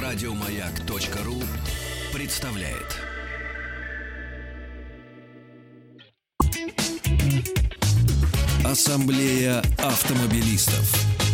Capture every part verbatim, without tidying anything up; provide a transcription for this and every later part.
Радиомаяк.ру представляет. Ассамблея автомобилистов.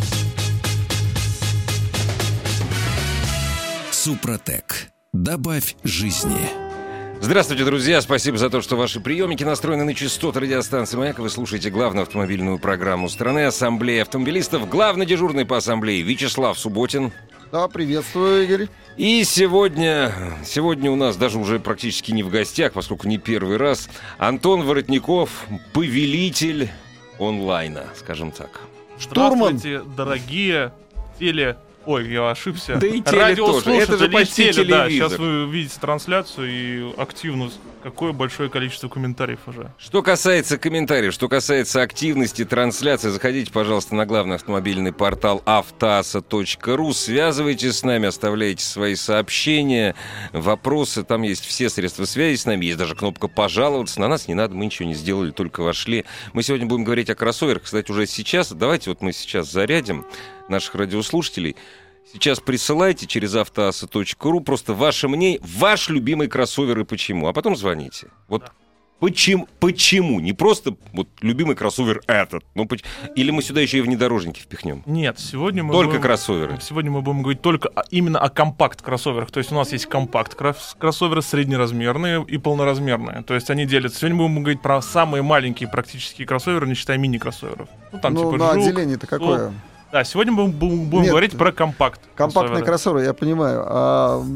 Супротек. Добавь жизни. Здравствуйте, друзья! Спасибо за то, что ваши приемники настроены на частоты радиостанции «Маяк». Вы слушаете главную автомобильную программу страны «Ассамблея автомобилистов». Главный дежурный по ассамблее Вячеслав Субботин. Да, приветствую, Игорь. И сегодня, сегодня у нас даже уже практически не в гостях, поскольку не первый раз, Антон Воротников, повелитель онлайна, скажем так. Здравствуйте, дорогие теле... Ой, я ошибся. Да и теле тоже. Это же почти теле, да. телевизор. Сейчас вы видите трансляцию и активную. Какое большое количество комментариев уже. Что касается комментариев, что касается активности трансляции, заходите, пожалуйста, на главный автомобильный портал автоаса точка ру, связывайтесь с нами, оставляйте свои сообщения, вопросы, там есть все средства связи с нами, есть даже кнопка «Пожаловаться», на нас не надо, мы ничего не сделали, только вошли. Мы сегодня будем говорить о кроссоверах, кстати, уже сейчас, давайте вот мы сейчас зарядим наших радиослушателей. Сейчас присылайте через автоаса точка ру просто ваше мнение, ваш любимый кроссовер и почему. А потом звоните. Вот да. почему, почему? Не просто вот любимый кроссовер этот. Ну, поч... Или мы сюда еще и внедорожники впихнем? Нет, сегодня мы Только будем... кроссоверы. Сегодня мы будем говорить только о, именно о компакт-кроссоверах. То есть у нас есть компакт-кроссоверы среднеразмерные и полноразмерные. То есть они делятся. Сегодня мы будем говорить про самые маленькие практические кроссоверы, не считая мини-кроссоверов. Ну, там ну типа на жук, отделение-то какое? Сол. Да, сегодня мы будем, будем Нет, говорить про компакт. Компактные кроссоверы, я понимаю. А,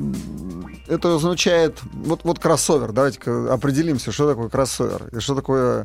это означает... Вот, вот кроссовер, давайте-ка определимся, что такое кроссовер. И что такое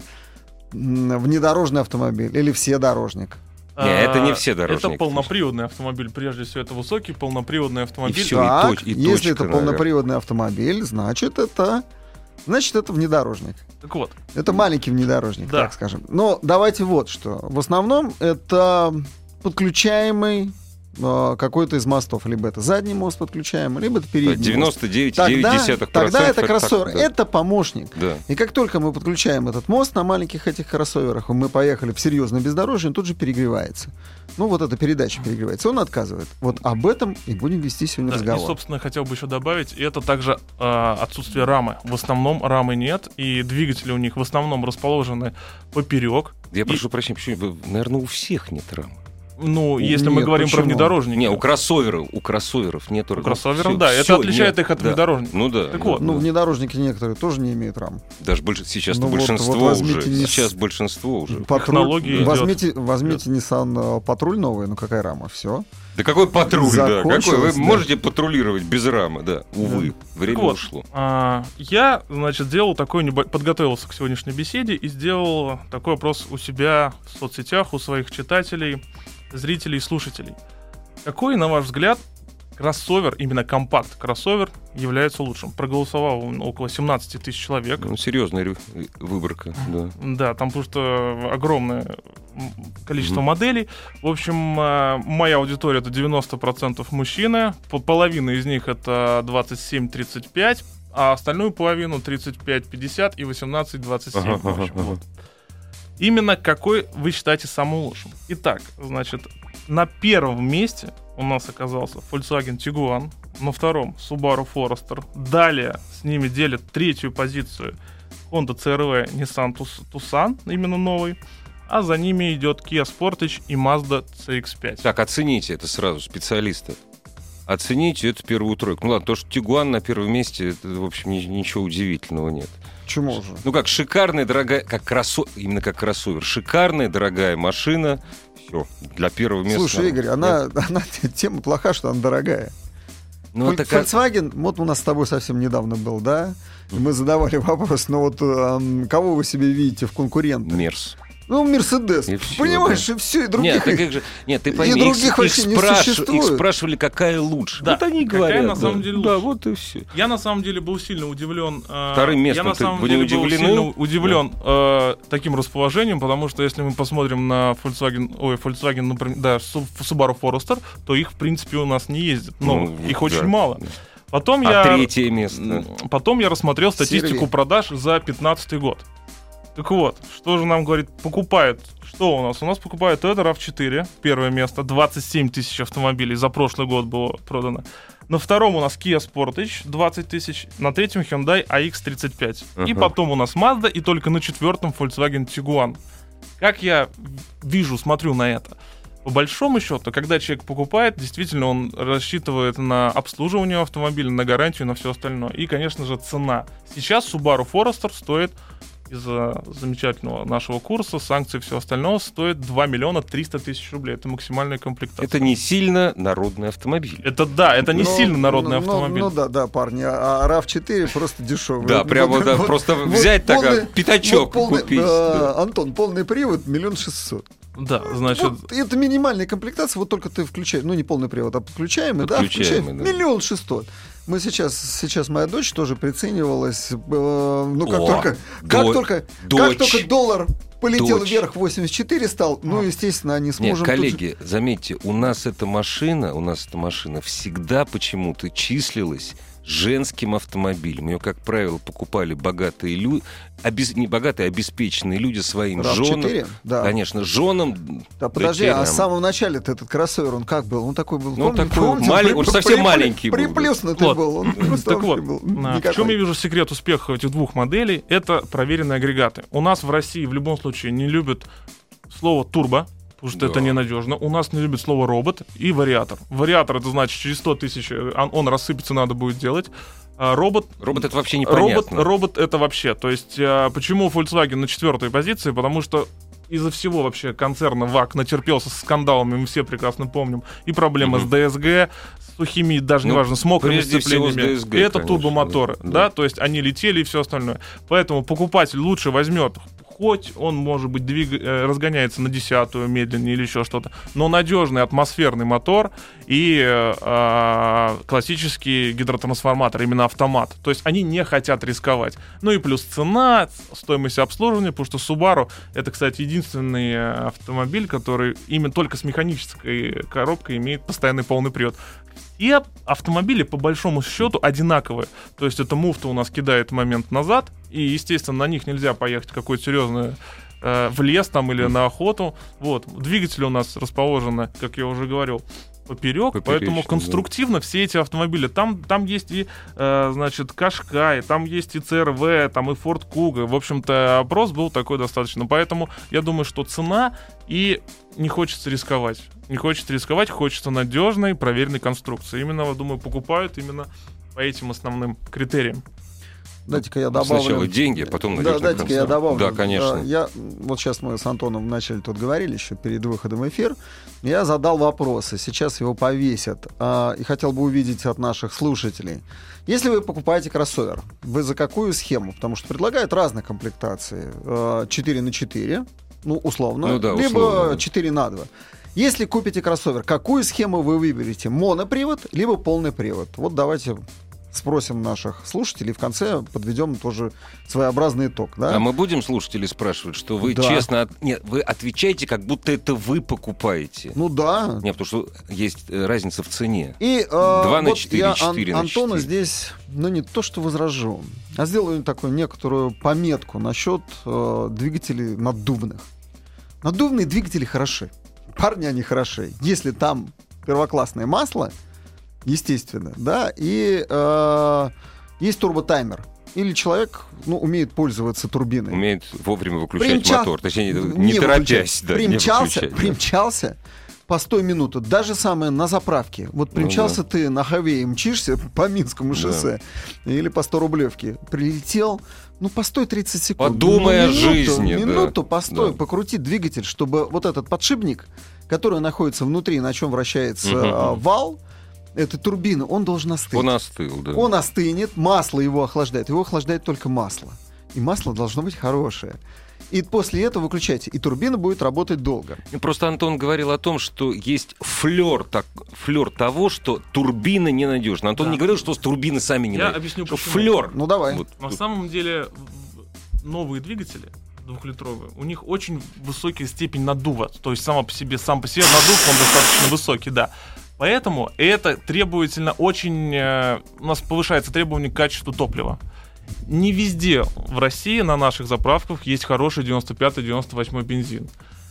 внедорожный автомобиль или вседорожник. Нет, это не вседорожник. Это полноприводный автомобиль. Прежде всего, это высокий полноприводный автомобиль. И все, так, и точ, и если точка, это полноприводный автомобиль, значит, это... Значит, это внедорожник. Так вот. Это маленький внедорожник, да. так скажем. Но давайте вот что. В основном это... подключаемый э, какой-то из мостов. Либо это задний мост подключаемый, либо это передний девяносто девять целых девять десятых процента. Тогда, тогда это кроссовер. Так, да. Это помощник. Да. И как только мы подключаем этот мост на маленьких этих кроссоверах, мы поехали в серьезное бездорожье, он тут же перегревается. Ну, вот эта передача перегревается. Он отказывает. Вот об этом и будем вести сегодня да, разговор. И, собственно, хотел бы еще добавить, это также э, отсутствие рамы. В основном рамы нет, и двигатели у них в основном расположены поперек. Я и... прошу прощения, почему? Наверное, у всех нет рамы. Ну, если Нет, мы говорим почему? про внедорожники. Не, у кроссоверов, у кроссоверов нет рамы. У кроссоверов, Всё, да, всё это отличает нет, их от да. внедорожников. Ну да. Так да, вот. Ну, да. внедорожники некоторые тоже не имеют рам. Даже больше, сейчас Ну, вот- большинство вот возьмите уже. не- Сейчас большинство уже. Патруль... Технология идет. Возьмите, возьмите Nissan Патруль новый, ну какая рама, все. Да какой патруль, да? Какой? Вы Закончилось, да. можете патрулировать без рамы, да. Увы, время Так вот, ушло. а, я, значит, сделал такой небо... подготовился к сегодняшней беседе и сделал такой опрос у себя в соцсетях, у своих читателей, зрителей и слушателей. Какой, на ваш взгляд, кроссовер, именно компакт-кроссовер, является лучшим? Проголосовало около семнадцать тысяч человек. Ну, серьезная рю- выборка, да. Да, там просто огромное количество Мгм. моделей. В общем, э, моя аудитория — это девяносто процентов мужчины, по- половина из них — это двадцать семь тридцать пять, а остальную половину — тридцать пять пятьдесят и восемнадцать двадцать семь. Ага, В общем, ага, вот. Именно какой вы считаете самым лучшим? Итак, значит, на первом месте у нас оказался Volkswagen Tiguan, на втором Subaru Forester. Далее с ними делят третью позицию Honda си ар ви, Nissan Tucson, именно новый. А за ними идет Kia Sportage и Mazda си икс пять. Так, оцените это сразу, специалисты. Оцените эту первую тройку. Ну ладно, то, что Тигуан на первом месте, это, в общем, ни- ничего удивительного нет. Почему же? Ну как, шикарная, дорогая, как кроссо... именно как кроссовер. Шикарная, дорогая машина. Все, для первого места. Слушай, Игорь, она, она тема плоха, что она дорогая. Ну, Фоль- это как... Volkswagen, вот у нас с тобой совсем недавно был, да? И мы задавали вопрос, ну вот эм, кого вы себе видите в конкурентах? Мерс. Ну, Мерседес. И всё, Понимаешь, да. и все, и других. Нет, так как же... Нет, ты пойми, и других их, вообще их, не спраш- существует. их спрашивали, какая лучше. Да, Вот они какая говорят. на самом да. деле Да, лучше. вот и все. Я на самом деле был сильно удивлен. э, Вторым местом Я на ты- самом вы не деле был удивлены? сильно удивлен э, таким расположением, потому что если мы посмотрим на Volkswagen, ой, Volkswagen, например, да, Су- Subaru Forester, то их в принципе у нас не ездит. Но Ну, их да. очень мало. Потом А я третье место? м, потом я рассмотрел статистику Сервей. продаж за пятнадцатый год. Так вот, что же нам говорит, покупают? Что у нас? У нас покупают Toyota рав четыре, первое место, двадцать семь тысяч автомобилей за прошлый год было продано. На втором у нас Kia Sportage, двадцать тысяч. На третьем Hyundai эй икс тридцать пять. Uh-huh. И потом у нас Mazda, и только на четвертом Volkswagen Tiguan. Как я вижу, смотрю на это? По большому счету, когда человек покупает, действительно он рассчитывает на обслуживание автомобиля, на гарантию, на все остальное. И, конечно же, цена. Сейчас Subaru Forester стоит, из-за замечательного нашего курса, санкций и всего остального, стоит два миллиона триста тысяч рублей. Это максимальная комплектация. Это не сильно народный автомобиль. Это да, это не но, сильно народный но, автомобиль. Ну, ну да, да, парни, а рав четыре просто дешевый. Да, вот, прямо вот, да, вот, просто вот, взять вот так, пятачок вот полный, купить. А, да. Антон, полный привод миллион шестьсот. Да, значит... Вот это минимальная комплектация, вот только ты включаешь, ну не полный привод, а подключаемый, да, включаем, да. миллион шестьсот. Мы сейчас, сейчас моя дочь тоже приценивалась, э, ну как О, только, до- как только, дочь. как только доллар полетел Дочь. вверх, восемьдесят четыре стал, ну естественно они Нет, сможем. тут коллеги, заметьте, у нас эта машина, у нас эта машина всегда почему-то числилась женским автомобилем. Ее, как правило, покупали богатые люди, обез... не богатые, а обеспеченные люди своим рав женам. четыре, да. Конечно, женам. Да, подожди, а дочерям. с самого начала этот кроссовер, он как был? Он такой был, Ну, помните, такой помните? малень- При- он при- совсем при- маленький был, да. Приплюснутый Вот. был. Он просто Так вот, вообще был а, в никакой. чем я вижу секрет успеха этих двух моделей? Это проверенные агрегаты. У нас в России в любом случае не любят слово турбо, потому что Да. это ненадежно. У нас не любят слово робот и вариатор. Вариатор — это значит, через сто тысяч он, он рассыпется, надо будет делать. А робот... Робот — это вообще Робот, непонятно. робот это вообще. То есть, а, почему Volkswagen на четвертой позиции? Потому что из-за всего вообще концерна ВАК натерпелся с скандалами, мы все прекрасно помним. И проблемы Мгм. с ДСГ, с сухими, даже Ну, неважно, с мокрыми прежде всего с сцеплениями. ДСГ, И это конечно, турбомоторы, да. да. Да. То есть они летели и все остальное. Поэтому покупатель лучше возьмет, хоть он, может быть, двиг... э, разгоняется на десятую медленнее или еще что-то, но надежный атмосферный мотор и э, э, классический гидротрансформатор, именно автомат. То есть они не хотят рисковать. Ну и плюс цена, стоимость обслуживания, потому что Subaru — это, кстати, единственный э, автомобиль, который именно только с механической коробкой имеет постоянный полный привод. И автомобили, по большому счету, одинаковые. То есть это муфта у нас кидает момент назад, и, естественно, на них нельзя поехать в какой-то серьезный э, в лес там или на охоту. Вот. Двигатели у нас расположены, как я уже говорил, поперек, Поперечно, поэтому да. конструктивно все эти автомобили. Там, там есть и, э, значит, Qashqai, там есть и си эр ви, там и Ford Kuga. В общем-то, опрос был такой достаточно. Поэтому я думаю, что цена, и не хочется рисковать. Не хочется рисковать, хочется надежной, проверенной конструкции. Именно, я думаю, покупают именно по этим основным критериям. Дайте-ка я добавлю. Сначала деньги, а потом Да, надежная дайте-ка я конструкция. добавлю. Да, конечно. Да, я, вот сейчас мы с Антоном вначале тут говорили, еще перед выходом в эфир. Я задал вопросы, сейчас его повесят. А, и хотел бы увидеть от наших слушателей. Если вы покупаете кроссовер, вы за какую схему? Потому что предлагают разные комплектации. А, четыре на четыре, ну, условно. Ну да, либо условно. четыре на два. Если купите кроссовер, какую схему вы выберете? Монопривод, либо полный привод? Вот давайте спросим наших слушателей, в конце подведем тоже своеобразный итог. Да? А мы будем слушателей спрашивать, что вы Да. честно... от- Нет, вы отвечаете, как будто это вы покупаете. Ну да. Нет, потому что есть э, разница в цене. И э, Два на вот четыре, я четыре на Антону четыре. здесь, ну не то что возражу, а сделаю такую некоторую пометку насчет э, двигателей наддувных. Наддувные двигатели хороши. Парни, они хороши. Если там первоклассное масло, естественно, да, и э, есть турботаймер. Или человек, ну, умеет пользоваться турбиной. Умеет вовремя выключать Примчал- мотор. Точнее, не, не торопясь. выключать. Да, не примчался, выключать, да. примчался по сто минут. Даже самое на заправке. Вот примчался да. ты на хайвее, мчишься по Минскому Да. шоссе или по сто рублевке. Прилетел, ну, постой тридцать секунд. Подумай Ну, о минуту, жизни, да. Минуту постой, Да. покрути двигатель, чтобы вот этот подшипник, который находится внутри, на чем вращается Мгм. а, вал этой турбины, он должен остыть. Он остыл, да. Он остынет, масло его охлаждает. Его охлаждает только масло. И масло должно быть хорошее. И после этого выключайте. И турбина будет работать долго. И Просто Антон говорил о том, что есть флер, так, флер того, что турбина ненадежна. Антон Да. не говорил, что турбины сами не Я надежны. объясню, Что почему. флер. Ну давай. Вот На тут. самом деле в- новые двигатели двухлитровые, у них очень высокая степень наддува. То есть сама по себе, сам по себе наддув, он достаточно высокий, да. Поэтому это требовательно очень... э, у нас повышается требование к качеству топлива. не везде в России на наших заправках есть хороший девяносто пятый девяносто восьмой бензин.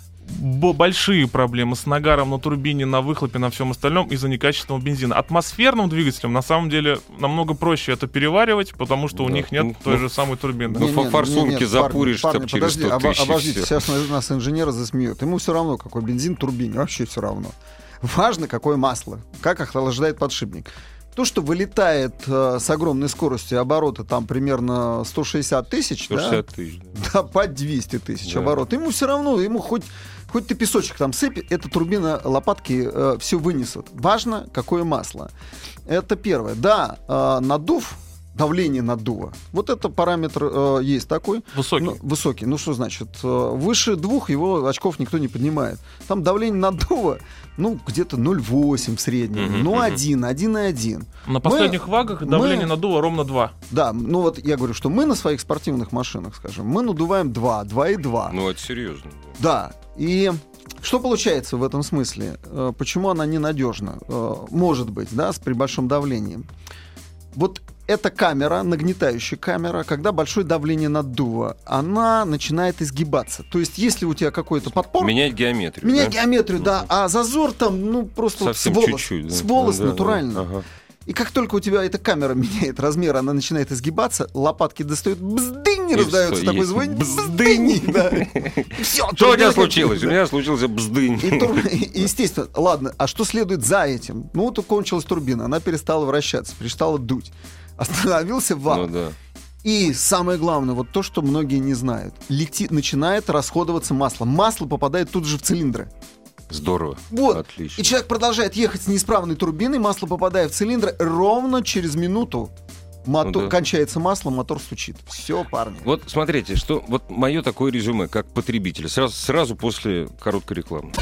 Б- большие проблемы с нагаром на турбине, на выхлопе, на всем остальном из-за некачественного бензина. Атмосферным двигателям на самом деле намного проще это переваривать, потому что у Да. них нет Ну, той ну, же самой турбины. Ну, Не, фо- не, форсунки не, нет, запуришь парни, там парни, через подожди, сто оба- тысяч, и обождите, всё. сейчас нас инженеры засмеют. Ему все равно, какой бензин, турбине, вообще все равно. Важно, какое масло, как охлаждает подшипник. То, что вылетает э, с огромной скоростью обороты, там примерно сто шестьдесят тысяч, сто да, шестьдесят тысяч. да. да, под двести тысяч Да. оборотов. Ему все равно, ему хоть, хоть ты песочек там сыпь, эта турбина, лопатки э, все вынесут. Важно, какое масло. Это первое. Да, э, надув, давление наддува, вот это параметр э, есть такой. Высокий. Ну, высокий. Ну что значит? э, Выше двух его очков никто не поднимает. Там давление наддува, ну, где-то ноль целых восемь в среднем. Мгм, Ну, мгм. один, один и один. На последних вагах давление мы- надува ровно два. Да, ну вот я говорю, что мы на своих спортивных машинах, скажем, мы надуваем два, два и два. Ну, это серьезно. Да, и что получается в этом смысле? Э, Почему она ненадежна? Э, Может быть, да, с при большом давлении. Вот эта камера, нагнетающая камера, когда большое давление наддува, она начинает изгибаться. То есть, если у тебя какой-то подпор, Менять геометрию. менять да? геометрию, да, а зазор там, ну, просто вот Совсем с волос, чуть-чуть. да. с волос Да, да, натурально. ага. И как только у тебя эта камера меняет размер, она начинает изгибаться, лопатки достают, бздынь, И раздается всё, такой есть звон, бздынь. бздынь, да. Всё, Что у тебя турбина- случилось? У меня случился бздынь. И, тур- и, естественно, ладно, а что следует за этим? Ну, вот кончилась турбина, она перестала вращаться, перестала дуть. Остановился вал. Ну да. И самое главное, вот то, что многие не знают. Лети, начинает расходоваться масло. Масло попадает тут же в цилиндры. Здорово. Вот. Отлично. И человек продолжает ехать с неисправной турбиной, масло попадает в цилиндры, ровно через минуту мотор, Ну да. кончается масло, мотор стучит. Все, парни. Вот смотрите, что вот мое такое резюме, как потребителя, сразу, сразу после короткой рекламы.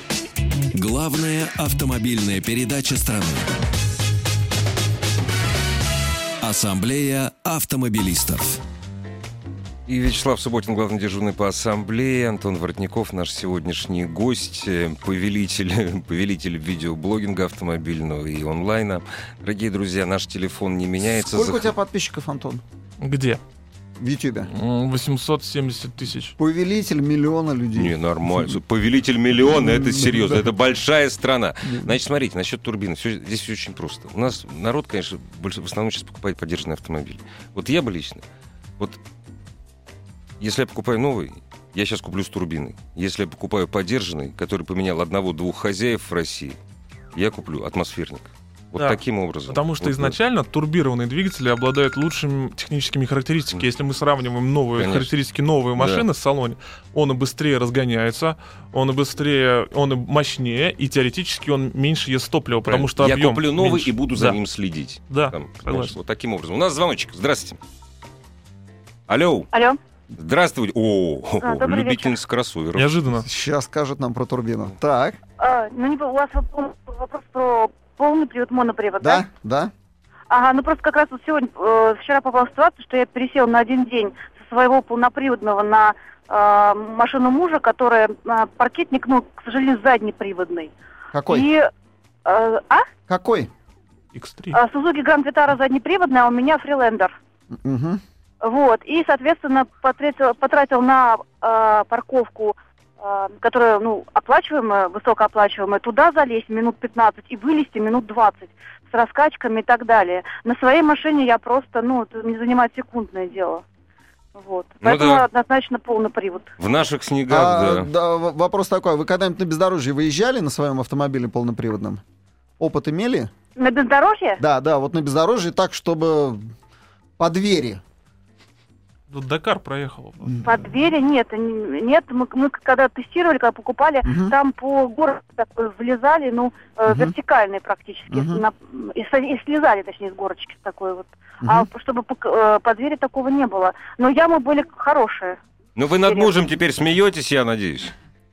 Главная автомобильная передача страны. Ассамблея автомобилистов. И Вячеслав Субботин, главный дежурный по ассамблее, Антон Воротников, наш сегодняшний гость, э, повелитель, повелитель видеоблогинга автомобильного и онлайна. Дорогие друзья, наш телефон не меняется. Сколько Зах- у тебя подписчиков, Антон, Где? в Ютьюбе? М, восемьсот семьдесят тысяч. Повелитель миллиона людей. Не, нормально. Повелитель миллиона, это серьезно, это большая страна. Значит, смотрите, насчет турбины, всё, здесь всё очень просто. У нас народ, конечно, больше, в основном сейчас покупает подержанный автомобиль. Вот я бы лично, вот если я покупаю новый, я сейчас куплю с турбиной. Если я покупаю подержанный, который поменял одного-двух хозяев в России, я куплю атмосферник. Вот Да, таким образом. Потому что Вот, изначально турбированные двигатели обладают лучшими техническими характеристиками. Если мы сравниваем новые Конечно. характеристики новой машины в салоне, он и быстрее разгоняется, он и быстрее, он и мощнее, и теоретически он меньше ест топлива, потому что я объем куплю новый меньше. и буду за Да. ним следить. Да, Там, знаешь, согласен. вот таким образом. У нас звоночек. Здравствуйте. Алло. Алло. Здравствуйте. О, А, добрый любительница кроссоверов. Неожиданно. Сейчас скажет нам про турбину. Так, А, ну, не, у вас вопрос, вопрос про полный привод, монопривод, да? да, да. Ага, ну просто как раз вот сегодня, э, вчера попала в ситуацию, что я пересела на один день со своего полноприводного на э, машину мужа, которая э, паркетник, ну, к сожалению, заднеприводный. Какой? И, э, а? Какой? икс три. А, Suzuki Grand Vitara заднеприводная, а у меня Freelander. Мгм. Вот, и, соответственно, потратил, потратил на э, парковку, э, которая, ну, оплачиваемая, высокооплачиваемая, туда залезть минут пятнадцать и вылезти минут двадцать с раскачками и так далее. На своей машине я просто, ну, это не занимает секундное дело. Вот. Поэтому да. однозначно полный привод. В наших снегах, А, да. да, в- вопрос такой. Вы когда-нибудь на бездорожье выезжали на своем автомобиле полноприводном? Опыт имели? На бездорожье? Да, да, вот на бездорожье так, чтобы по двери. Тут Дакар проехал. По двери нет, н- нет. Мы, мы когда тестировали, когда покупали, Мгм. там по городу такой влезали, ну, э, Мгм. вертикальные практически, Мгм. на- и, со- и слезали, точнее, с горочки с такой вот. А Мгм. чтобы по, к- э, по двери такого не было. Но ямы были хорошие. Ну вы над мужем теперь смеетесь, я надеюсь.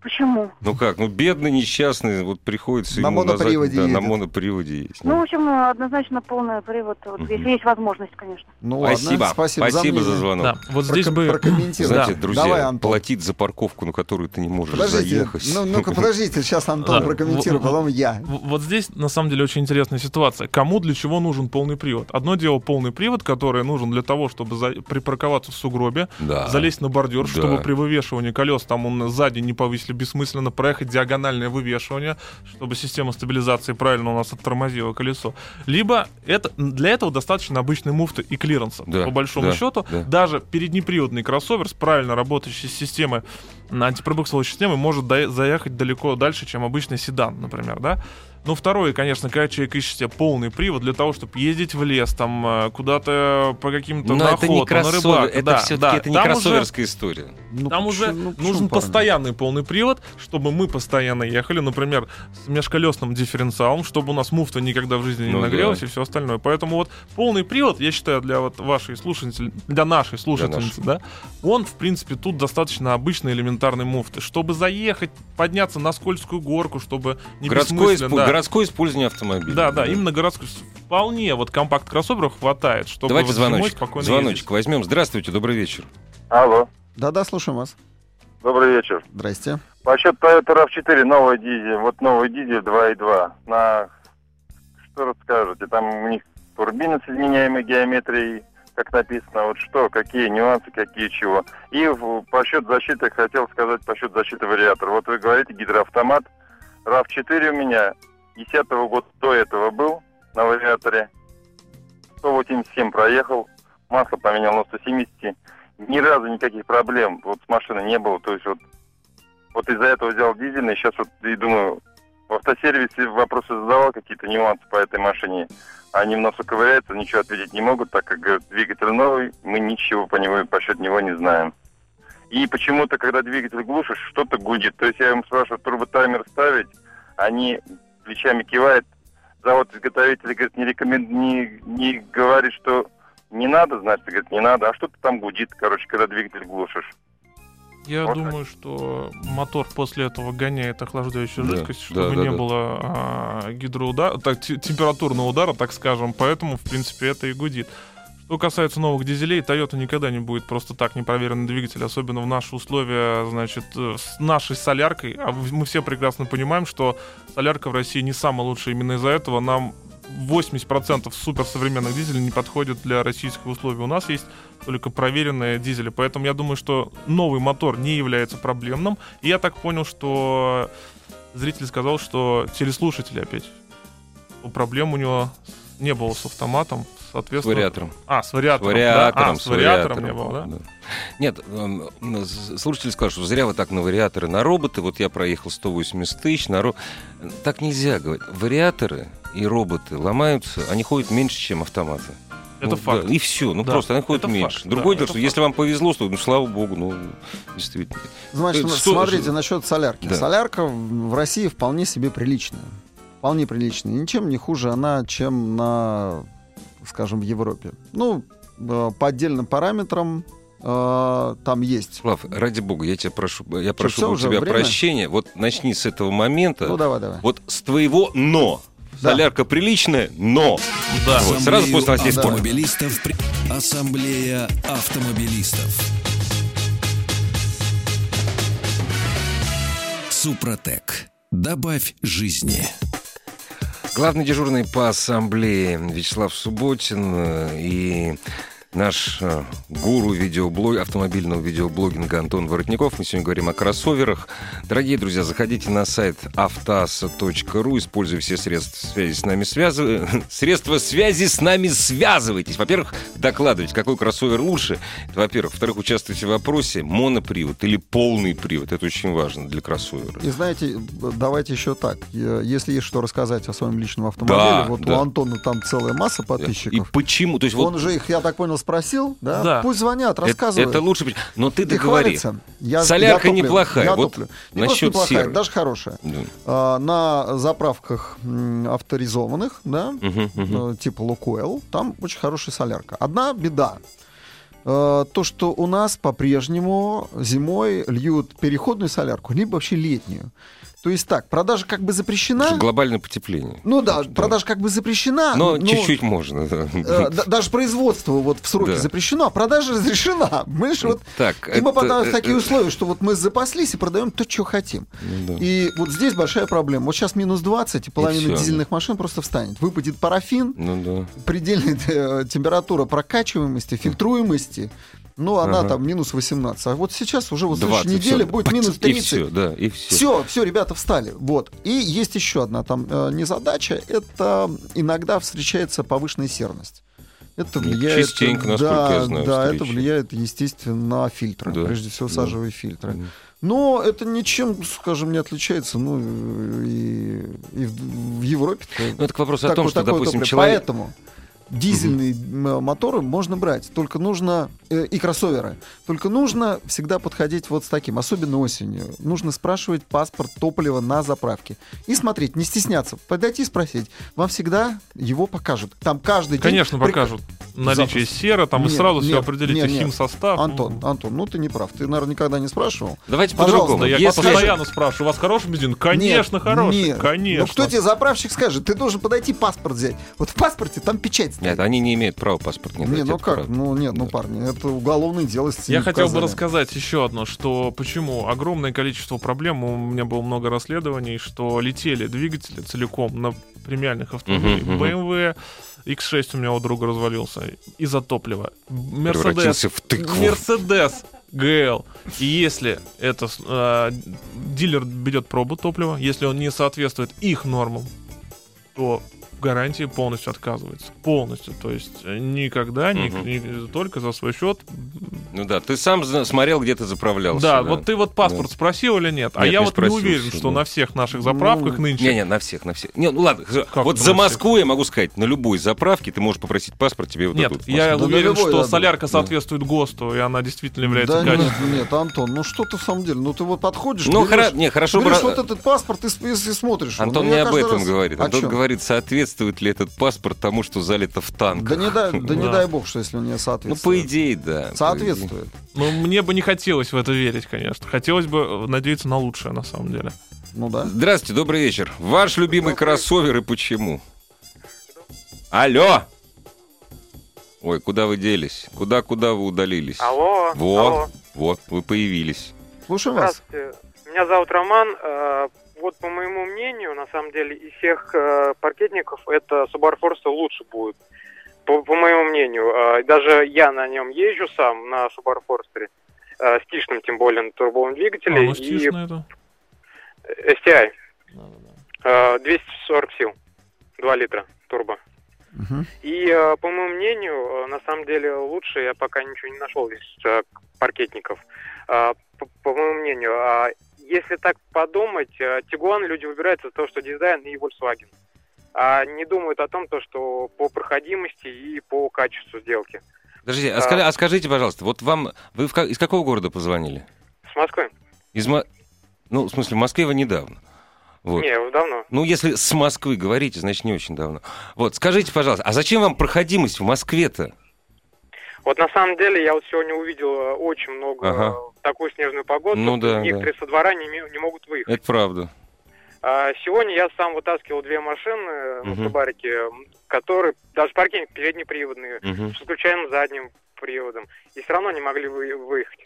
Почему? Ну как, ну бедный, несчастный, вот приходится На ему моноприводе назад, да, на едет. моноприводе есть. Ну, в общем, однозначно полный привод, вот, Мгм. если есть возможность, конечно. Ну, Спасибо, ладно, спасибо, спасибо за за мнение. звонок. Да, вот здесь Проком- бы... прокомментируй. Знаете, Да. друзья, Давай, Антон. платить за парковку, на которую ты не можешь Подождите, заехать. ну, ну-ка, подождите, сейчас Антон Да. прокомментирует, В- в- потом я. В- Вот здесь, на самом деле, очень интересная ситуация. Кому для чего нужен полный привод? Одно дело полный привод, который нужен для того, чтобы за- припарковаться в сугробе, Да. залезть на бордюр, Да. чтобы при вывешивании колес там он сзади не повысили бессмысленно, проехать диагональное вывешивание, чтобы система стабилизации правильно у нас оттормозила колесо. Либо это, для этого достаточно обычной муфты и клиренса. Да, По большому да, счету, да. даже переднеприводный кроссовер с правильно работающей системой, антипробуксовой системой, может до- заехать далеко дальше, чем обычный седан, например, да? Ну, второе, конечно, когда человек ищет себе полный привод для того, чтобы ездить в лес, там, э, куда-то по каким-то Но на это не охоту, на кроссовер, рыбалку. это Да, все-таки да. это не Там уже- кроссоверская история. Ну, Там почему- уже ну, почему, нужен парни? постоянный полный привод, чтобы мы постоянно ехали, например, с межколесным дифференциалом, чтобы у нас муфта никогда в жизни не Ну нагрелась да. и все остальное. Поэтому вот полный привод, я считаю, для вот вашей слушательницы, для нашей слушательницы, да, он, в принципе, тут достаточно обычной элементарной муфты. Чтобы заехать, подняться на скользкую горку, чтобы не Городское, бессмысленно, испо- да. городское использование автомобиля. Да, да, именно городской. Вполне вот компакт-кроссоверов хватает, чтобы Давайте вот зимой звоночек, спокойно звоночек ездить. возьмем. Здравствуйте, добрый вечер. Алло, Да-да, слушаем вас. добрый вечер. Здрасте. По счету Toyota рав четыре, новый дизель, вот новый дизель два и два. На что расскажете? Там у них турбина с изменяемой геометрией, как написано, вот что, какие нюансы, какие чего. И в- по счету защиты хотел сказать, по счету защиты вариатора. Вот вы говорите, гидроавтомат. рав четыре у меня десятого года до этого был на вариаторе. сто восемьдесят семь проехал, масло поменял на сто семьдесят. Ни разу никаких проблем вот с машиной не было. То есть вот, вот из-за этого взял дизельный. Сейчас вот и думаю, в автосервисе вопросы задавал, какие-то нюансы по этой машине. Они в носу ковыряются, ничего ответить не могут, так как говорят, двигатель новый, мы ничего по него, по счету него не знаем. И почему-то, когда двигатель глушишь, что-то гудит. То есть я им спрашиваю, турботаймер ставить, они плечами кивают. Завод-изготовитель, говорит, не, рекомен... не, не говорит, что не надо, значит, говорит, не надо, а что-то там гудит, короче, когда двигатель глушишь. Я Вот думаю, что мотор после этого гоняет охлаждающую Да, жидкость, да, чтобы да, не да. было а, гидроудара, так, те- температурного удара, так скажем. Поэтому, в принципе, это и гудит. Что касается новых дизелей, Toyota никогда не будет просто так непроверенный двигатель, особенно в наши условия, значит, э, с нашей соляркой. А в- мы все прекрасно понимаем, что солярка в России не самая лучшая. Именно из-за этого нам восемьдесят процентов суперсовременных дизелей не подходят для российских условий. У нас есть только проверенные дизели. Поэтому я думаю, что новый мотор не является проблемным. И я так понял, что зритель сказал, что телеслушатели опять. Что проблем у него не было с автоматом. С Соответственно, вариатором. А, с вариатором. С вариатором, да? А, с вариатором не было, да? да. Нет, эм, м, с- слушатель сказал, что зря вы так на вариаторы, на роботы. Вот я проехал сто восемьдесят тысяч. На ро... Так нельзя говорить. Вариаторы и роботы ломаются, они ходят меньше, чем автоматы. Это Ну, факт. да, и все. Ну Да, просто они ходят это меньше. факт, Другое да, дело, это что факт. если вам повезло, то, ну, слава богу, ну, действительно. Значит, Э, ну, что- смотрите, что- насчет солярки. Да. Солярка в в России вполне себе приличная. Вполне приличная. Ничем не хуже она, чем на, скажем, в Европе. Ну, э, по отдельным параметрам э, там есть. Слав, ради бога, я тебя прошу, я прошу всё у уже тебя время? прощения. Вот начни с этого момента. Ну, давай, давай. Вот с твоего «но». Да. Солярка приличная, но. Да. Вот, сразу после новостей да. спорта. автомобилистов. при- Ассамблея автомобилистов. Супротек. Добавь жизни. Главный дежурный по ассамблее Вячеслав Субботин э, и наш э, гуру видеоблог, автомобильного видеоблогинга Антон Воротников. Мы сегодня говорим о кроссоверах. Дорогие друзья, заходите на сайт автоаса точка ру, используя все средства связи с нами связыв... средства связи с нами связывайтесь. Во-первых, докладывайте, какой кроссовер лучше. Это, во-первых. Во-вторых, участвуйте в вопросе, монопривод или полный привод. Это очень важно для кроссовера. И знаете, давайте еще так. Е- Если есть что рассказать о своем личном автомобиле, Да, вот да. у Антона там целая масса И подписчиков. почему? То есть Он вот же их, я так понял, спросил, да? Да. Пусть звонят, это, рассказывают. это лучше. Но ты И договори. хвалится. Я, Солярка я топлю, неплохая. Я Вот топлю. Не просто насчет неплохая, серы. даже хорошая. Да. А, на заправках м, авторизованных, да, Мгм, мгм. э, типа Лукойл, там очень хорошая солярка. Одна беда. э, то, что у нас по-прежнему зимой льют переходную солярку, либо вообще летнюю. То есть так, продажа как бы запрещена. Глобальное потепление. Ну да, да. продажа как бы запрещена. Но, но чуть-чуть можно. Да. Э, да, даже производство вот в сроке да. запрещено, а продажа разрешена. Мы же вот, так, и мы это, попадаем в такие это... условия, что вот мы запаслись и продаем то, что хотим. Ну, да. И вот здесь большая проблема. Вот сейчас минус двадцать, и половина и дизельных машин просто встанет. Выпадет парафин, ну, да. предельная э, температура прокачиваемости, фильтруемости. Ну, она ага. там минус восемнадцать. А вот сейчас уже вот в двадцать, следующей неделе все. будет минус тридцать. И все, да, и все. Все, все, ребята встали. Вот. И есть еще одна там э, незадача. Это иногда встречается повышенная серность. Это влияет... Частенько, насколько да, я знаю, Да, встречи. это влияет, естественно, на фильтры. Да. Прежде всего, Да. сажевые фильтры. Да. Но это ничем, скажем, не отличается, ну, и, и в, в Европе. Ну, это к вопросу о том, что, допустим, топливо. человек... Поэтому дизельные угу. моторы можно брать, только нужно, э, и кроссоверы, только нужно всегда подходить вот с таким, особенно осенью. Нужно спрашивать паспорт топлива на заправке. И смотреть, не стесняться, подойти и спросить. Вам всегда его покажут. Там каждый день... Конечно, при- покажут. Наличие сера, там Нет, и сразу нет, все определите, нет, нет. химсостав. Антон, Антон, ну ты не прав. Ты, наверное, никогда не спрашивал. Давайте Пожалуйста, по-другому. Я Если- постоянно спрашиваю, у вас хороший бензин? Конечно, Нет, хороший. нет. Конечно. Ну кто тебе заправщик скажет? Ты должен подойти паспорт взять. Вот в паспорте там печать стоит. Нет, они не имеют права паспорт не Не, дать, ну это как? правда. Ну нет, ну Да. парни, это уголовное дело. Если Я не хотел бы показали. рассказать еще одно, что почему огромное количество проблем, у меня было много расследований, что летели двигатели целиком на премиальных автомобилях. Мгм, мгм. бэ эм вэ икс шесть у меня у друга развалился из-за топлива. Мерседес, Превратился в тыкву. Мерседес джи эл. И если это э, дилер берет пробу топлива, если он не соответствует их нормам, то гарантии полностью отказывается. Полностью. То есть никогда, ни- Мгм. ни- только за свой счет. Ну да, ты сам зна- смотрел, где ты заправлялся. Да, вот ты вот паспорт Да. спросил или нет? А Нет, я не вот спросил, не уверен, что что да. на всех наших заправках Ну, нынче... Не-не, на всех, на всех. Не, ну ладно, Как вот это за на Москву я могу сказать, на любой заправке ты можешь попросить паспорт, тебе его Нет, дадут. в я Москве. Да, уверен, на любой что дадут. солярка Да. соответствует ГОСТу, и она действительно является Да нет, качественной. нет, Антон, ну что ты в самом деле? Ну ты вот подходишь, Ну, берешь, хоро- не, хорошо бы... берешь ра- вот этот паспорт и, с- и с- и смотришь. Антон Ну, не я об каждый этом раз- говорит. О Антон чем? говорит, соответствует ли этот паспорт тому, что залито в танк. Да не дай, да не Да. дай бог, что если он не Ну, соответствует. по идее, да. Соответствует. Но мне бы не хотелось в это верить, конечно. Хотелось бы э, надеяться на лучшее, на самом деле. Ну да. Здравствуйте, добрый вечер. Ваш любимый кроссовер и почему? Алло! Ой, куда вы делись? Куда-куда вы удалились? Алло, Вот, алло. вот, вы появились. Слушаем вас. Здравствуйте. Меня зовут Роман. Э, Вот по моему мнению, на самом деле, из всех э, паркетников это Subaru Forester лучше будет. По, по моему мнению. Э, Даже я на нем езжу сам, на Subaru Forester. э, С тишным, тем более, на турбовом А, двигателе. ну И стишно это. эс ти ай. э, двести сорок сил. два литра турбо. Мгм. И, э, по моему мнению, э, на самом деле лучше я пока ничего не нашел из э, паркетников. Э, По, по моему мнению, а если так подумать, э, Tiguan люди выбирают из-за того, что дизайн и Volkswagen. А не думают о том, то, что по проходимости и по качеству сделки. Подождите, а, А. ска- а скажите, пожалуйста, вот вам... Вы в ка- из какого города позвонили? С Москвы? Из Мо- Ну, в смысле, в Москве вы недавно. Вот. Не, давно. Ну, если с Москвы говорите, значит, не очень давно. Вот, скажите, пожалуйста, а зачем вам проходимость в Москве-то? Вот на самом деле я вот сегодня увидел э, очень много Ага. э, такую снежную погоду. Ну да, Некоторые со двора не, ме- не могут выехать. Это правда. А сегодня я сам вытаскивал две машины Мгм. на Субарике, м, которые, даже паркинг переднеприводные, Мгм. с включаемым задним приводом, и все равно не могли вы- выехать.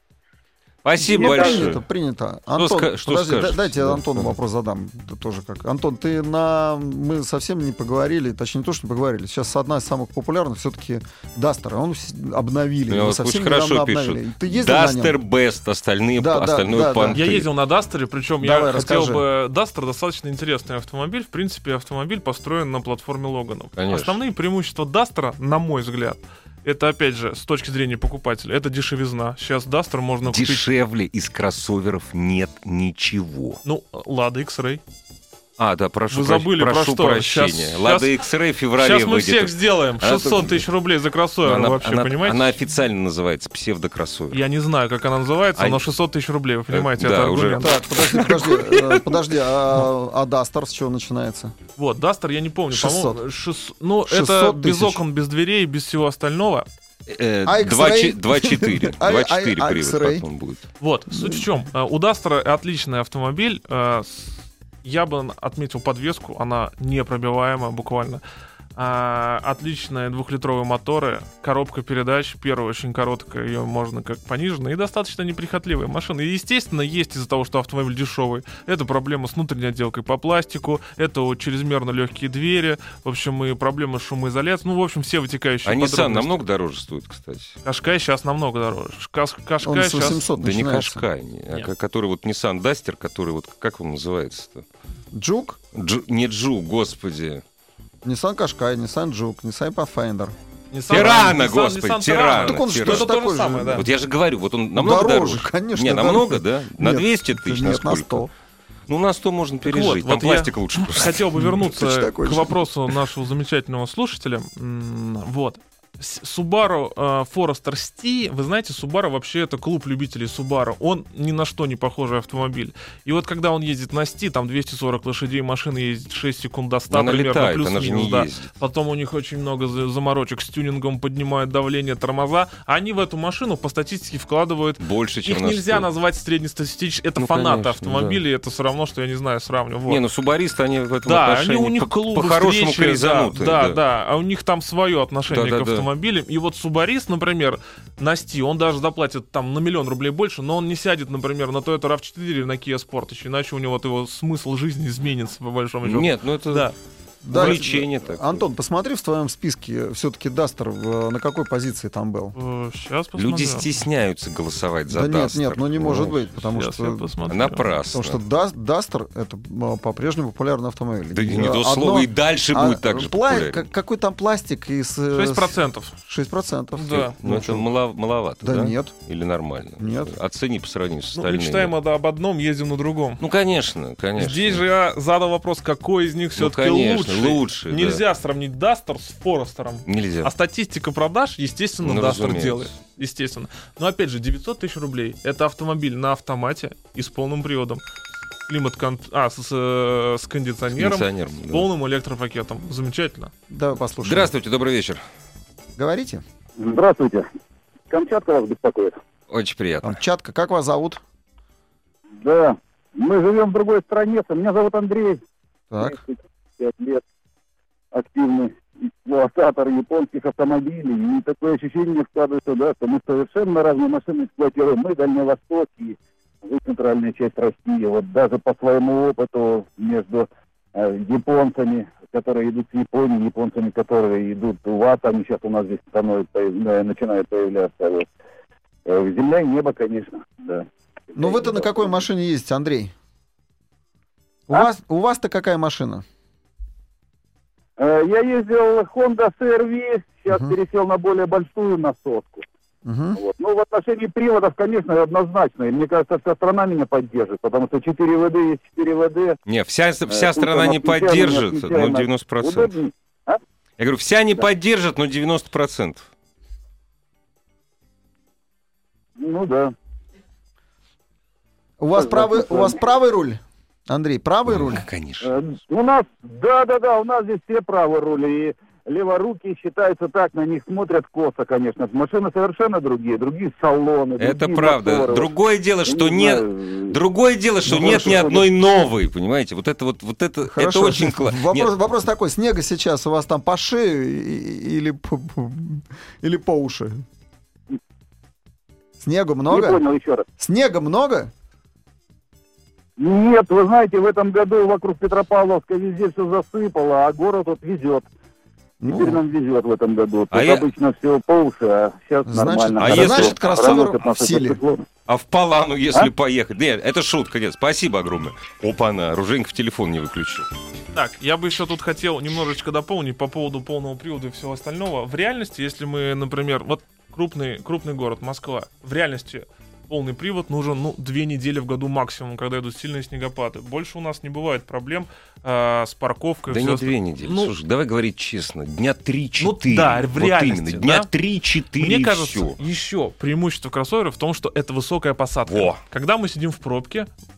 Спасибо Ну, большое. принято, принято. Антон, ска- что подожди, скажете? да- дайте Да. Антону вопрос задам. Ты тоже как. Антон, ты на... Мы совсем не поговорили, точнее, не то, что не поговорили. Сейчас одна из самых популярных все-таки Дастер. Он с- обновили. Ну, его вот совсем очень хорошо недавно пишут. обновили. Ты ездил на Дастер нем? Бест, остальные, Да, да, остальное да, да. понты. Я ездил на Дастере, причем Давай, я хотел расскажи. бы... Дастер достаточно интересный автомобиль. В принципе, автомобиль построен на платформе Логанов. Конечно. Основные преимущества Дастера, на мой взгляд, это, опять же, с точки зрения покупателя, это дешевизна. Сейчас Дастер можно купить... Дешевле из кроссоверов нет ничего. Ну, Лада X-Ray. А, да, прошу, Вы прощ- забыли про прошу что? прощения. Щас- Лада щас- X-Ray в феврале Сейчас мы выйдет. всех сделаем. Она шестьсот только- тысяч рублей за кроссовер, она, вообще, она- понимаете? она официально называется псевдокроссовер. Я не знаю, как она называется, А- но шестьсот тысяч рублей, вы понимаете, Э, да, это уже. аргумент. Так, подожди, подожди, э, подожди, а, а Дастер с чего начинается? Вот, Дастер, я не помню, шестьсот. по-моему, шест- ну, это шестьсот без тысяч. окон, без дверей, без всего остального. два четыре А привод потом будет. Вот, суть в чем. У Дастера отличный автомобиль. Я бы отметил подвеску, она непробиваемая буквально. А, отличные двухлитровые моторы, коробка передач, первая очень короткая, ее можно как пониженная, и достаточно неприхотливая машина. И, естественно, есть из-за того, что автомобиль дешевый, это проблема с внутренней отделкой по пластику, это вот чрезмерно легкие двери, в общем, и проблемы с шумоизоляцией, ну, в общем, все вытекающие а подробности. Nissan намного дороже стоит, кстати? Кашкай сейчас намного дороже. Каш, Кашкай Он с сейчас... восемьсот Да не начинается. Кашкай, а который вот Nissan Duster, который вот, как он называется-то? Джук, Джу, не Джу, господи. Nissan Qashqai, Nissan Juke, Nissan Pathfinder. Nissan- Тирана, Nissan- господи, Nissan Тирана. Так он Тирана. что-то Это то же такое самое, же. да. Вот я же говорю, вот он намного Дороже, дороже. конечно, Не, дороже. намного, да? На Нет, двести тысяч, на Нет, на сколько? сто. Ну, на сто можно Так пережить. вот, Там вот я пластик лучше просто. Хотел бы вернуться Точно такой к же. вопросу нашего замечательного слушателя. М, Вот. С- Subaru э, Forester эс ти, вы знаете, Subaru вообще это клуб любителей Subaru. Он ни на что не похожий автомобиль. И вот когда он ездит на эс ти, там двести сорок лошадей, машина ездит шесть секунд до ста, Она примерно, летает, она же плюс-минус, не да. ездит. Потом у них очень много за- заморочек с тюнингом, поднимают давление, тормоза. Они в эту машину по статистике вкладывают. Больше, чем Их на нельзя сто. назвать среднестатистическими. Это Ну, фанаты конечно, автомобилей. Это все равно, что я не знаю, сравниваю. Вот. Не, ну субаристы, они в этом Да, они отношении у них по- клубы, по-хорошему встречи, крезанутые. да, да, да, а у них там свое отношение Да, к да, да. автомобилям. И вот субарист, например, на эс ти, он даже заплатит там на миллион рублей больше, но он не сядет, например, на Toyota рав четыре или на Kia Sportage, иначе у него вот его смысл жизни изменится, по большому счету. Нет, ну это Да. Да, увлечение такое. Антон, посмотри в твоем списке, все-таки Дастер в- на какой позиции там был? Сейчас посмотрю. Люди стесняются голосовать за Да нет, Duster. нет, ну не может быть, потому Сейчас я что... посмотрю. Напрасно. Потому что Дас- Дастер это м, по-прежнему популярный автомобиль. Да И, не э, то одно- слово, и дальше а, будет так же пла- популярен. как- Какой там пластик из... э, шесть процентов. шесть процентов. Да. Ну это мало- маловато, Да да? нет. Или нормально? Нет. Оцени по сравнению с Ну, остальными. мечтаем об об одном, ездим на другом. Ну, конечно, конечно. Здесь же я задал вопрос, какой из них Ну, все-таки конечно, лучше. лучше, да. Нельзя сравнить Дастер с Форестером. Нельзя. А статистика продаж, естественно, Ну, Дастер разумеется. делает. Естественно. Но опять же, девятьсот тысяч рублей. Это автомобиль на автомате и с полным приводом. Климат кон... а, с, с, с кондиционером, Кондиционером, с да. полным электропакетом. Замечательно. Давай послушаем. Здравствуйте, добрый вечер. Говорите. Здравствуйте. Камчатка вас беспокоит. Очень приятно. Камчатка, как вас зовут? Да. Мы живем в другой стране. Меня зовут Андрей. Так. тридцать пять лет. Активный эксплуататор японских автомобилей. И такое ощущение складывается, да, что мы совершенно разные машины эксплуатируем. Мы Дальний Восток и вы центральная часть России. Вот даже по своему опыту между э, японцами, которые идут с Японии, японцами, которые идут в ад, они сейчас у нас здесь становятся, э, начинают появляться. Вот. Э, земля и небо, конечно, да. Ну вы-то на какой машине ездите, Андрей? У, А? вас, у вас-то какая машина? Э, Я ездил Honda си ар ви, сейчас Мгм. пересел на более большую, на сотку. Угу. Вот. Ну, в отношении приводов, конечно, однозначно. И мне кажется, вся страна меня поддержит, потому что четыре вэ дэ есть четыре вэ дэ. Не, вся, вся пусть страна она не отвечает, поддержит, не но отвечает, девяносто процентов. Удобнее. Я говорю, вся не Да. поддержит, но девяносто процентов. Ну да. У вас, Согласен правый, с у вас вами. правый руль? Андрей, правый руль? Конечно. Э, У нас, да-да-да, у нас здесь все правые рули. И леворуки считаются так, на них смотрят косо, конечно. Машины совершенно другие, другие салоны. Это другие правда. моторы. Другое дело, Я что не нет... знаю, Другое дело, что Ну, нет хорошо, ни что одной новой, понимаете? Вот это вот, вот это, Хорошо. это очень классно. Вопрос, вопрос такой, снега сейчас у вас там по шею и- или по, или по уши? Снегу Не много? понял еще раз. Снега много? Нет, вы знаете, в этом году вокруг Петропавловска везде все засыпало, а город вот везет. Ну, Теперь нам везет в этом году. А Тут я- обычно все по уши, а сейчас Значит, нормально. а Хорошо. значит, кроссовер Проносит нас в силе. этот циклон. А в Палану, если А? поехать... Нет, это шутка, нет. Спасибо огромное. Опа-на, Оружейников телефон не выключил. Так, я бы еще тут хотел немножечко дополнить по поводу полного привода и всего остального. В реальности, если мы, например, вот крупный, крупный город, Москва, в реальности полный привод нужен, ну, две недели в году максимум, когда идут сильные снегопады. Больше у нас не бывает проблем э, с парковкой. Да всё не остальное. две недели. Ну, Слушай, давай говорить честно. Дня три-четыре. Ну да, в вот реальности, именно. Дня да? три-четыре Мне и кажется, всё. еще преимущество кроссовера в том, что это высокая посадка. Во. Когда мы сидим в пробке,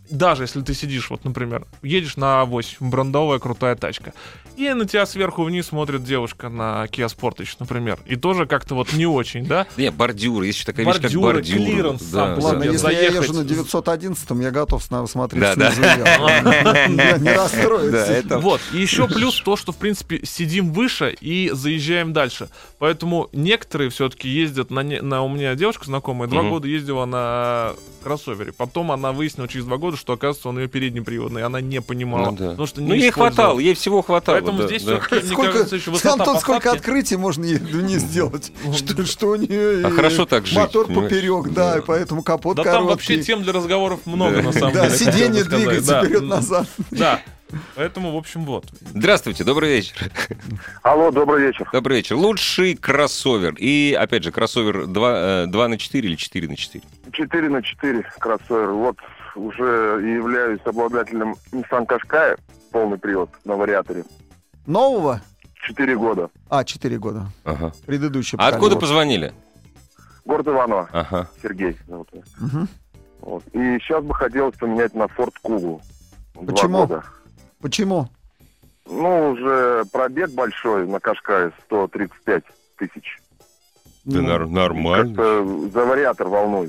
даже если ты сидишь, вот, например, едешь на а восемь, брендовая крутая тачка, и на тебя сверху вниз смотрит девушка на Kia Sportage, например, и тоже как-то вот не очень, да? Не, бордюры, есть еще такая вещь, как Бордюры, бордюр. клиренс, сам по Ладно, себе. если я Заехать. езжу на девятьсот одиннадцатом, я готов с- смотреть Да, да. снизу вверх. Не расстроиться. Да, это- Вот, и еще плюс то, что, в принципе, сидим выше и заезжаем дальше. Поэтому некоторые все-таки ездят на, не- на... У меня девушка знакомая, два Мгм. года ездила на кроссовере. Потом она выяснила через два года, что, оказывается, он ее переднеприводный. Она не понимала. Ну, да. Потому что не Ну, ей использовала. хватало, ей всего хватало. Поэтому да, здесь да. все-таки, мне Сколько, кажется, еще высота Антон, сколько посадки. открытий можно ей не сделать? Что, что у нее А хорошо так жить, мотор понимаешь? поперек, да, Да. и поэтому капот Да там короткий. вообще тем для разговоров много, Да. на самом Да, деле. сиденье хотел бы сказать. двигается Да. вперед-назад. Да. Поэтому, в общем, вот. Здравствуйте, добрый вечер. Алло, добрый вечер. Добрый вечер. Лучший кроссовер. И, опять же, кроссовер два на четыре или четыре на четыре? четыре на четыре кроссовер. Вот уже являюсь обладателем Nissan Qashqai, полный привод на вариаторе. Нового? Четыре года. А, четыре года. Ага. Предыдущий. А откуда позвонили? Город Иваново. Ага. Сергей зовут меня. Мгм. Вот. И сейчас бы хотелось поменять на Ford Kuga. Два Почему? года. Почему? Ну, уже пробег большой на Qashqai сто тридцать пять тысяч. Да Ну, нар- нормально. Как-то за вариатор волнуюсь.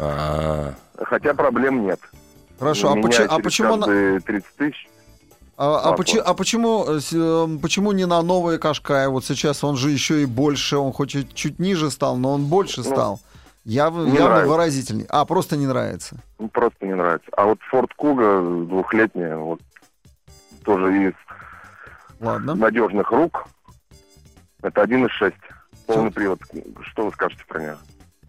А, Хотя проблем нет. Хорошо, а, Меняю почему, а через почему, на- каждые тридцать тысяч. а, а масло. почему, а почему, э, с- э, почему не на новые Qashqai? Вот сейчас он же еще и больше, он хоть и чуть ниже стал, но он больше Ну, стал. Яв- не явно нравится. выразительней. А, просто не нравится. Ну, просто не нравится. А вот Ford Kuga двухлетняя, вот тоже из Ладно. надежных рук. Это один и шесть. Полный Всё. привод. Что вы скажете про него?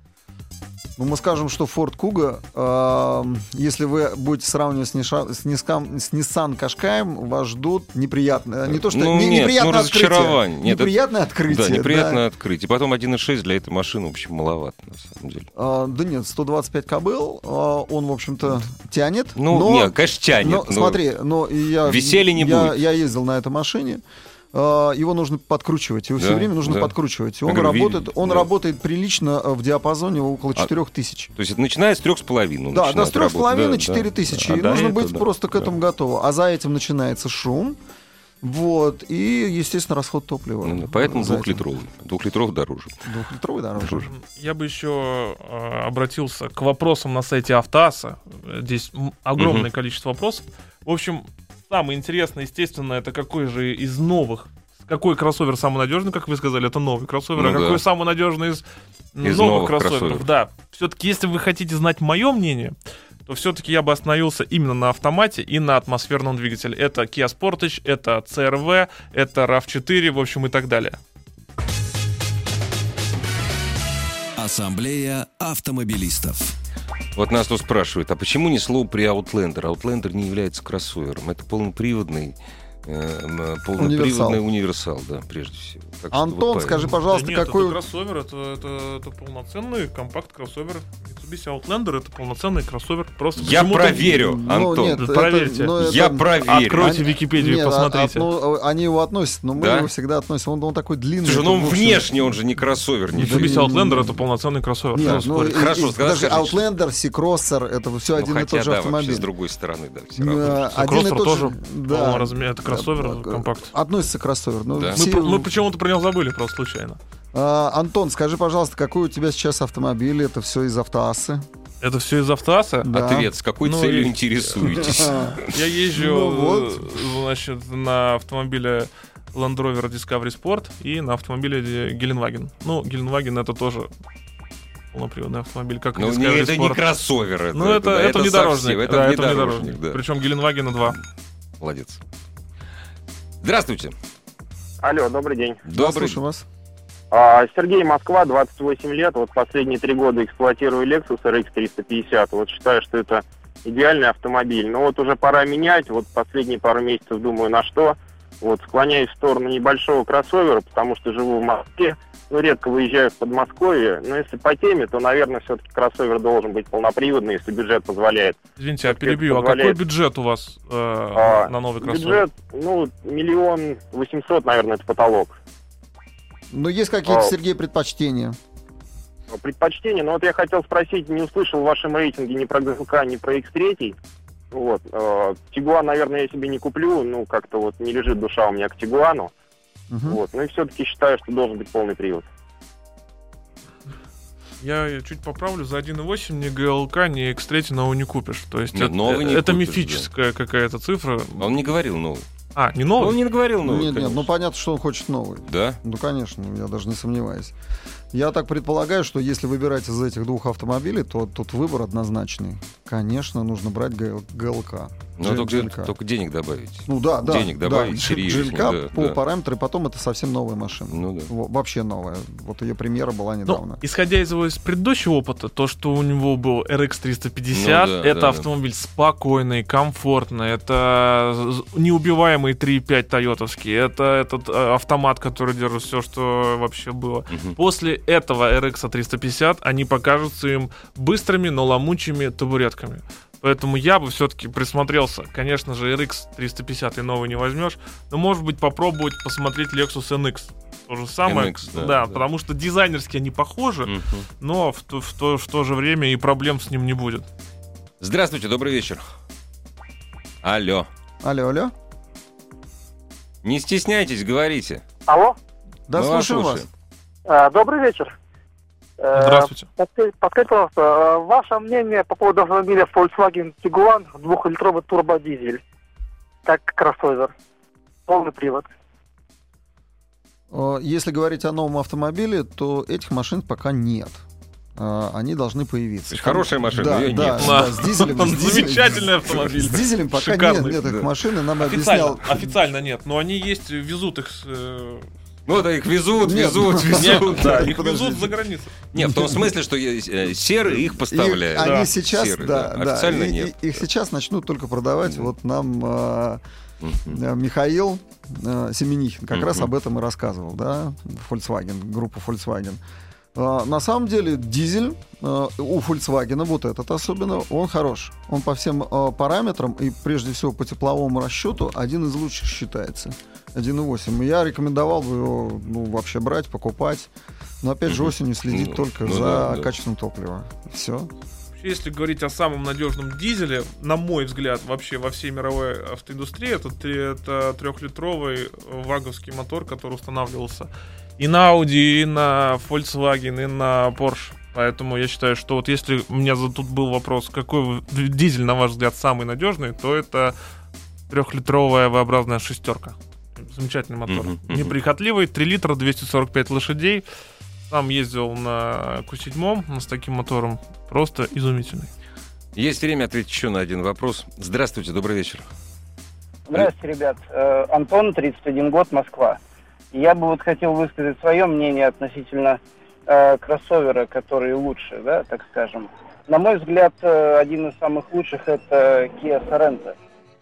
Ну, мы скажем, что Ford Kuga, э, если вы будете сравнивать с, Ниша- с, Нискам- с Nissan Qashqai, вас ждут неприятные... Не то, что Ну, не- нет, неприятное ну, открытие. разочарование. Нет, это- неприятное открытие. да, неприятное да. открытие. Потом один и шесть для этой машины, в общем, маловато, на самом деле. А, да нет, сто двадцать пять кобыл, а, он, в общем-то, тянет. Ну, но, нет, конечно, тянет. но, но- смотри, но и я, Веселья не я, будет. я ездил на этой машине. а, Его нужно подкручивать, его все Да, время нужно да. подкручивать. И Я Он говорю, работает, ви- он да. работает прилично а, в диапазоне около А- четырех тысяч. То есть это начиная с трех с половиной. Да, до с трех с половиной четыре тысячи. И нужно быть просто просто к этому готову. А за этим начинается шум. Вот, и, естественно, расход топлива. Ну, поэтому За этим. двухлитровый. Двухлитровый дороже. Двухлитровый дороже. Я бы еще э, обратился к вопросам на сайте Автоаса. Здесь м, огромное Мгм. количество вопросов. В общем, самое интересное, естественно, это какой же из новых, какой кроссовер самый надежный, как вы сказали, это новый кроссовер, Ну а да. какой самый надежный из, Из новых, новых кроссоверов. кроссоверов. Да, все-таки, если вы хотите знать мое мнение, то все-таки я бы остановился именно на автомате и на атмосферном двигателе. Это Kia Sportage, это си эр ви, это рав четыре, в общем, и так далее. Ассамблея автомобилистов. Вот нас тут спрашивают, а почему ни слова при Outlander? Outlander не является кроссовером. Это полноприводный, э, м, полноприводный универсал, да, прежде всего. Так что Антон, вот скажи, поэтому. пожалуйста, Да нет, какой... это кроссовер, это, это, это полноценный компакт-кроссовер. Mitsubishi Outlander это полноценный кроссовер. Просто Я почему-то- проверю, Ну, Антон. нет, Да это- проверьте. ну, это- Я проверю. Откройте Они- Википедию и Нет, посмотрите. а- отно- они его относят, но мы Да? его всегда относим. Он, он такой длинный. Слушай, ну он в общем- внешне, он же не кроссовер. Не Mitsubishi Да, Outlander не- это полноценный кроссовер. Нет, Кто ну, спорит? и- Хорошо, и- сказать, даже скажите, Outlander, Sea-Crosser, это все Ну, один и хотя, тот же да, автомобиль. вообще с другой стороны, да, все Э, равно. один и Кроссовер тот тоже же, да. полного размера, это кроссовер, Да, компакт. Относится к кроссоверу. Ну, Да. Мы, все- про- мы почему-то про него забыли просто случайно. А, Антон, скажи, пожалуйста, какой у тебя сейчас автомобиль? Это все из Автоассы? Это все из Автоаса. Да. Ответ, с какой Ну, целью и- интересуетесь? Я езжу Ну вот. э, значит, на автомобиле Land Rover Discovery Sport и на автомобиле Геленваген. Ну, Геленваген это тоже полноприводный автомобиль, как и Ну, не- Discovery это не Sport. кроссовер. Это, Ну, это, да, это, внедорожник. совсем, это да, это внедорожник, внедорожник. да. Причем Геленвагена два. Молодец. Здравствуйте. Алло, добрый день. Да, Добрый. слушаю вас. А, Сергей, Москва, двадцать восемь лет. Вот последние три года эксплуатирую Lexus эр икс триста пятьдесят. Вот считаю, что это идеальный автомобиль. Но вот уже пора менять. Вот последние пару месяцев думаю, на что. Вот склоняюсь в сторону небольшого кроссовера, потому что живу в Москве. Ну, редко выезжаю в Подмосковье. Но если по теме, то, наверное, все-таки кроссовер должен быть полноприводный, если бюджет позволяет. Извините, я Как это перебью. А позволяет? какой бюджет у вас э, А, на новый кроссовер? Бюджет, ну, миллион восемьсот, наверное, это потолок. Ну, есть какие-то, А. Сергей, предпочтения? Предпочтение. Но вот я хотел спросить, не услышал в вашем рейтинге ни про ГЛК, ни про икс три. Вот. Тигуан, наверное, я себе не куплю, ну, как-то вот не лежит душа у меня к Тигуану. Угу. Вот. Ну и все-таки считаю, что должен быть полный привод. Я чуть поправлю, за один и восемь ни ГЛК, ни икс три нового не купишь. То есть Нет, это, новый не это купишь, мифическая да. какая-то цифра. Он не говорил новый. А, не новый? Он не говорил новый. Нет, конечно. нет, ну понятно, что он хочет новый. Да? Ну, конечно, я даже не сомневаюсь. Я так предполагаю, что если выбирать из этих двух автомобилей, то тут выбор однозначный. Конечно, нужно брать ГЛК. Ну, только, только денег добавить. Ну да, да. Денег добавить, да. серьезнее. джи эл кей Да, по да. параметру, и потом это совсем новая машина. Ну да. Во- вообще новая. Вот ее премьера была недавно. Ну, исходя из его из предыдущего опыта, то, что у него был эр икс триста пятьдесят, Ну да, это да, автомобиль спокойный, комфортный, это неубиваемый три и пять тойотовский, это этот э, автомат, который держит все, что вообще было. Мгм. После этого эр икс триста пятьдесят они покажутся им быстрыми, но ломучими табуретками. Поэтому я бы все-таки присмотрелся. Конечно же, эр икс триста пятьдесят и новый не возьмешь, но, может быть, попробовать посмотреть Lexus эн икс. То же самое. эн икс, да, да, да. потому что дизайнерски они похожи, Мгм. но в то, в, то, в то же время и проблем с ним не будет. Здравствуйте, добрый вечер. Алло. Алло, алло. Не стесняйтесь, говорите. Алло, Да, Мы вас слушаем вас. слушаем. э, добрый вечер. Э, Здравствуйте. подскажите, подскажите, пожалуйста, э, ваше мнение по поводу автомобиля Volkswagen Tiguan, двухлитровый турбодизель, как кроссовер, полный привод. Э, Если говорить о новом автомобиле, то этих машин пока нет. Э, Они должны появиться. То есть хорошая машина, Да, её да, нет. да, с дизелем. Он с дизелем- замечательный автомобиль. С дизелем пока нет, Шикарный, нет их да. машин, и нам Официально, объяснял. официально нет, но они есть, везут их с... э, Ну да, их везут, Нет, везут, ну, везут. Да, Да. их подождите. везут за границу. Не, в том смысле, что э, серые их И поставляют. они Да. сейчас, Серые, да, да. да, Официально и- нет. и- их сейчас начнут только продавать. Мгм. Вот нам э, Мгм. э, Михаил э, Семенихин как Мгм. раз об этом и рассказывал, да, Volkswagen, группа Volkswagen. Э, На самом деле дизель э, у Volkswagen, вот этот особенно, он хорош. Он по всем э, параметрам и прежде всего по тепловому расчету один из лучших считается. один и восемь. И я рекомендовал бы его ну, вообще брать, покупать. Но опять же Мгм. осенью следить Ну, только ну за да, да. качеством топлива. Все. Вообще, если говорить о самом надежном дизеле, на мой взгляд, вообще во всей мировой автоиндустрии, это, три- это трехлитровый ваговский мотор, который устанавливался и на Audi, и на Volkswagen, и на Porsche. Поэтому я считаю, что вот если у меня за- тут был вопрос, какой вы- дизель, на ваш взгляд, самый надежный, то это трехлитровая V-образная шестерка. Замечательный мотор. Мгм, мгм. Неприхотливый, три литра, двести сорок пять лошадей. Сам ездил на Q семь с таким мотором. Просто изумительный. Есть время ответить еще на один вопрос. Здравствуйте, добрый вечер. Здравствуйте, ребят. Э, Антон, тридцать один год, Москва. Я бы вот хотел высказать свое мнение относительно э, кроссовера, который лучше, да, так скажем. На мой взгляд, э, один из самых лучших это Kia Sorento.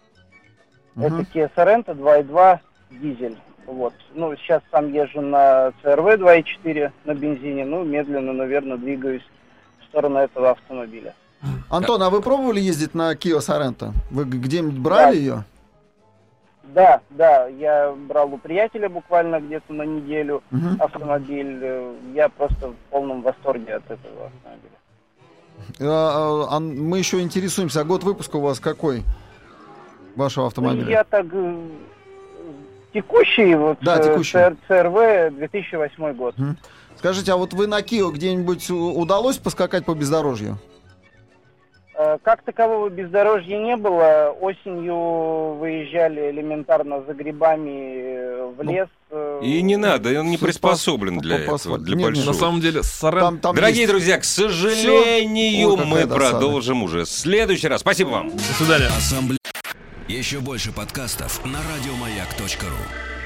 Это Kia Sorento два и два дизель. Вот. Ну, сейчас сам езжу на си эр ви два и четыре на бензине. Ну, медленно, наверное, двигаюсь в сторону этого автомобиля. Антон, а вы пробовали ездить на Kia Sorento? Вы г- где-нибудь брали Да. ее? Да, да, я брал у приятеля буквально где-то на неделю Мгм. автомобиль. Э, Я просто в полном восторге от этого автомобиля. А, а, а мы еще интересуемся, а год выпуска у вас какой? Вашего Ну, автомобиля? я так... э, Текущий, вот, Да, э, текущий. си эр ви две тысячи восьмой год. Скажите, а вот вы на Kia где-нибудь у- удалось поскакать по бездорожью? Э, Как такового бездорожья не было. Осенью выезжали элементарно за грибами э, в Ну, лес. э, И не надо, он не Всё приспособлен по- для по- по этого, асфальту. для Нет, нет. большого. На самом деле, Sorento... Там- там Дорогие есть- друзья, к сожалению, Ой, какая мы досада. продолжим уже в следующий раз. Спасибо вам. До свидания. Ассамблея. Еще больше подкастов на радиомаяк точка ру.